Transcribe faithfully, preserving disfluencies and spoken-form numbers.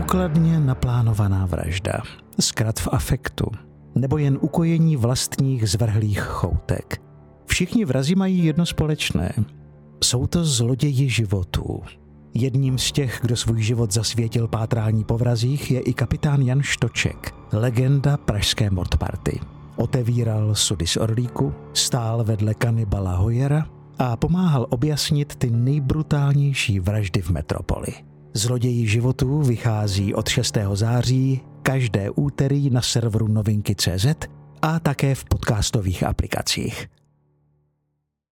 důkladně naplánovaná vražda, zkrat v afektu, nebo jen ukojení vlastních zvrhlých choutek. Všichni vrazi mají jedno společné. Jsou to zloději životů. Jedním z těch, kdo svůj život zasvětil pátrání po vrazích, je i kapitán Jan Štoček, legenda pražské mordparty. Otevíral sudy z Orlíku, stál vedle kanibala Hojera a pomáhal objasnit ty nejbrutálnější vraždy v metropoli. Zloději životů vychází od šestého září každé úterý na serveru novinky tečka cé zet a také v podcastových aplikacích.